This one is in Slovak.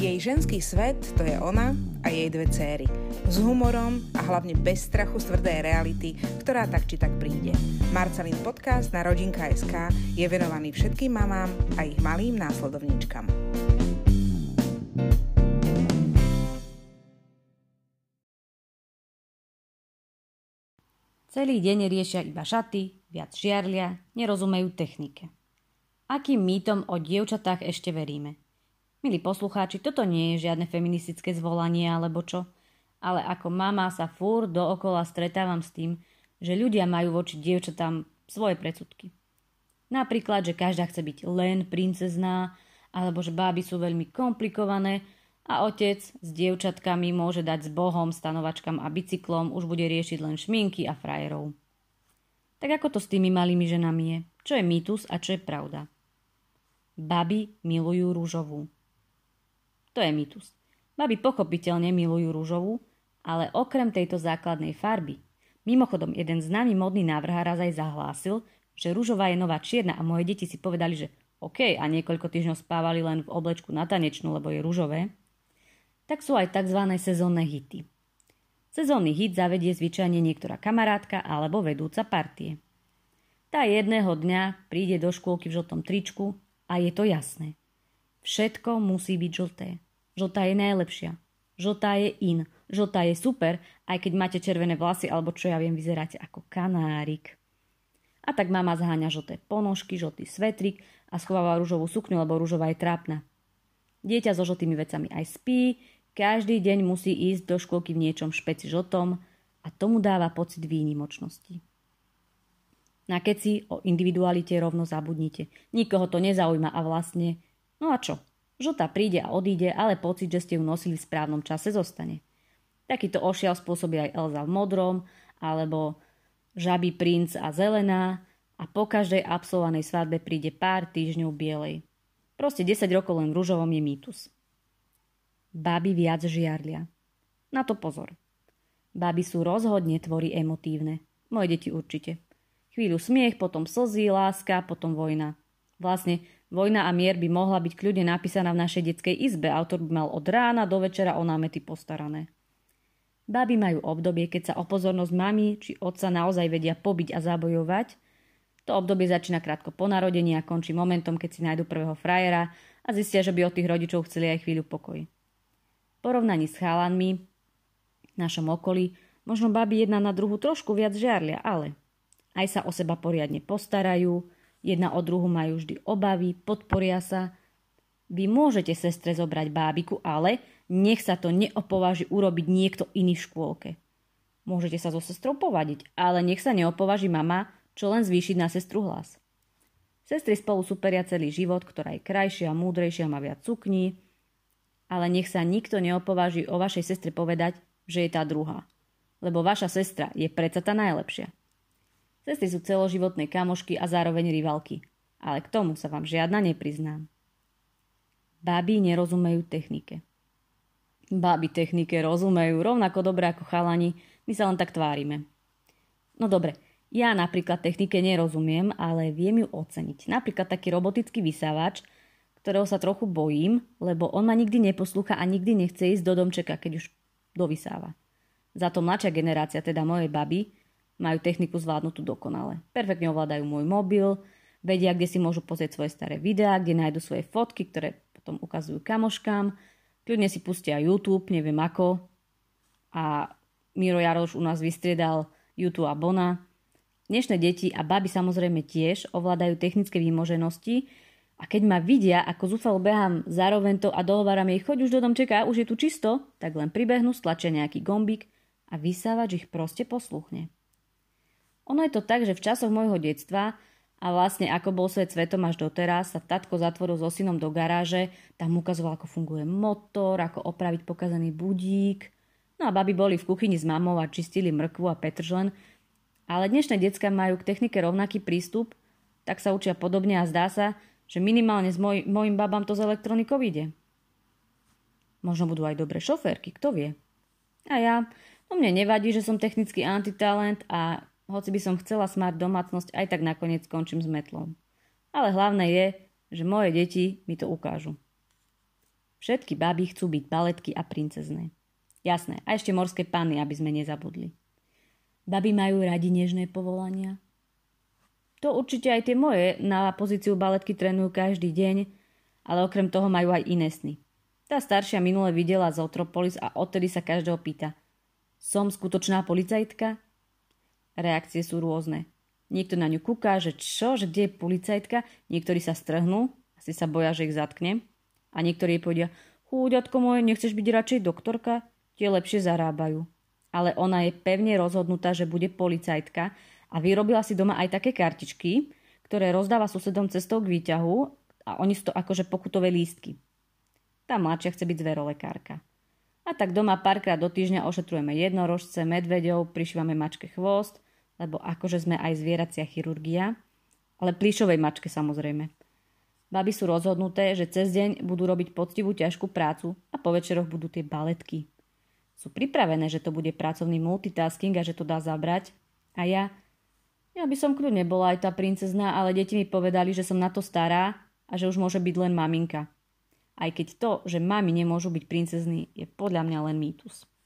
Jej ženský svet to je ona a jej dve céry. S humorom a hlavne bez strachu z tvrdej reality, ktorá tak či tak príde. Marcelin podcast na Rodinka.sk je venovaný všetkým mamám a ich malým následovníčkam. Celý deň riešia iba šaty, viac žiarlia, nerozumejú technike. Akým mýtom o dievčatách ešte veríme? Milí poslucháči, toto nie je žiadne feministické zvolanie alebo čo, ale ako mama sa fúr dookola stretávam s tým, že ľudia majú voči dievčatám svoje predsudky. Napríklad, že každá chce byť len princezná, alebo že báby sú veľmi komplikované a otec s dievčatkami môže dať s Bohom, stanovačkám a bicyklom, už bude riešiť len šminky a frajerov. Tak ako to s tými malými ženami je? Čo je mýtus a čo je pravda? Baby milujú ružovú. To je mýtus. Baby pochopiteľne milujú ružovú, ale okrem tejto základnej farby. Mimochodom, jeden známy modný návrhár raz aj zahlásil, že ružová je nová čierna a moje deti si povedali, že OK, a niekoľko týždňov spávali len v oblečku na tanečnú, lebo je ružové. Tak sú aj tzv. Sezónne hity. Sezónny hit zavedie zvyčajne niektorá kamarátka alebo vedúca partie. Tá jedného dňa príde do škôlky v žltom tričku a je to jasné. Všetko musí byť žlté. Žltá je najlepšia. Žltá je in. Žltá je super, aj keď máte červené vlasy alebo čo ja viem, vyzeráte ako kanárik. A tak mama zháňa žlté ponožky, žltý svetrik a schováva ružovú sukňu, lebo ružová je trápna. Dieťa so žltými vecami aj spí, každý deň musí ísť do škôlky v niečom špeci žltom a tomu dáva pocit výnimočnosti. Na keci o individualite rovno zabudnite. Nikoho to nezaujíma a vlastne, no a čo? Žltá príde a odíde, ale pocit, že ste ju nosili v správnom čase, zostane. Takýto ošial spôsobí aj Elza v modrom, alebo Žabý princ a zelená a po každej absolvovanej svadbe príde pár týždňov bielej. Proste 10 rokov len v ružovom je mýtus. Baby viac žiarlia. Na to pozor. Baby sú rozhodne tvory emotívne. Moje deti určite. Chvíľu smiech, potom slzy, láska, potom vojna. Vlastne Vojna a mier by mohla byť kľudne napísaná v našej detskej izbe. Autor by mal od rána do večera o námety postarané. Baby majú obdobie, keď sa o pozornosť mami či otca naozaj vedia pobiť a zabojovať. To obdobie začína krátko po narodení a končí momentom, keď si nájdu prvého frajera a zistia, že by od tých rodičov chceli aj chvíľu pokoj. V porovnaní s chalanmi v našom okolí možno baby jedna na druhu trošku viac žiarlia, ale aj sa o seba poriadne postarajú, jedna o druhu majú vždy obavy, podporia sa. Vy môžete sestre zobrať bábiku, ale nech sa to neopováži urobiť niekto iný v škôlke. Môžete sa so sestrou povadiť, ale nech sa neopováži mama, čo len zvýšiť na sestru hlas. Sestry spolu superia celý život, ktorá je krajšia, múdrejšia, má viac sukní, ale nech sa nikto neopováži o vašej sestre povedať, že je tá druhá. Lebo vaša sestra je predsa tá najlepšia. Sestry sú celoživotné kamošky a zároveň rivalky, ale k tomu sa vám žiadna nepriznám. Baby nerozumejú technike. Baby technike rozumejú rovnako dobre ako chalani, my sa len tak tvárime. No dobre, ja napríklad technike nerozumiem, ale viem ju oceniť. Napríklad taký robotický vysávač, ktorého sa trochu bojím, lebo on ma nikdy neposlúcha a nikdy nechce ísť do domčeka, keď už dovysáva. Za to mladšia generácia, teda moje baby, majú techniku zvládnutú dokonale. Perfektne ovládajú môj mobil, vedia, kde si môžu pozrieť svoje staré videá, kde nájdu svoje fotky, ktoré potom ukazujú kamoškám. Kľudne si pustia YouTube, neviem ako. A Miro Jaroš u nás vystriedal YouTube a Bona. Dnešné deti a baby samozrejme tiež ovládajú technické výmoženosti a keď ma vidia, ako zúfalo behám zároveň to a dohováram jej, choď už do domčeka, už je tu čisto, tak len pribehnú, stlačia nejaký gombík a vysávač ich proste posluchne. Ono je to tak, že v časoch môjho detstva a vlastne ako bol svet svetom až doteraz, sa tatko zatvoril so synom do garáže, tam ukazoval, ako funguje motor, ako opraviť pokazaný budík. No a baby boli v kuchyni s mamou a čistili mrkvu a petržlen. Ale dnešné decká majú k technike rovnaký prístup, tak sa učia podobne a zdá sa, že minimálne s mojim babám to z elektronikou ide. Možno budú aj dobré šoférky, kto vie. A ja, no mne nevadí, že som technický antitalent a hoci by som chcela smart domácnosť, aj tak nakoniec skončím s metlou. Ale hlavné je, že moje deti mi to ukážu. Všetky baby chcú byť baletky a princezné. Jasné, a ešte morské panny, aby sme nezabudli. Baby majú radi nežné povolania. To určite aj tie moje na pozíciu baletky trénujú každý deň, ale okrem toho majú aj iné sny. Tá staršia minule videla Zootropolis a odtedy sa každého pýta: som skutočná policajtka? Reakcie sú rôzne. Niekto na ňu kúka, že čo, že kde je policajtka, niektorí sa strhnú, asi sa boja, že ich zatkne, a niektorí jej povedia: chúďatko moje, nechceš byť radšej doktorka? Tie lepšie zarábajú. Ale ona je pevne rozhodnutá, že bude policajtka a vyrobila si doma aj také kartičky, ktoré rozdáva susedom cestou k výťahu a oni sú to akože pokutové lístky. Tá mladšia chce byť zverolekárka. A tak doma párkrát do týždňa ošetrujeme jednorožce, medveďov, prišívame mačke chvost, lebo akože sme aj zvieracia chirurgia, ale plíšovej mačke samozrejme. Baby sú rozhodnuté, že cez deň budú robiť poctivú ťažkú prácu a po večeroch budú tie baletky. Sú pripravené, že to bude pracovný multitasking a že to dá zabrať. A ja by som kľudne bola aj tá princezná, ale deti mi povedali, že som na to stará a že už môže byť len maminka. Aj keď to, že mami nemôžu byť princezní, je podľa mňa len mýtus.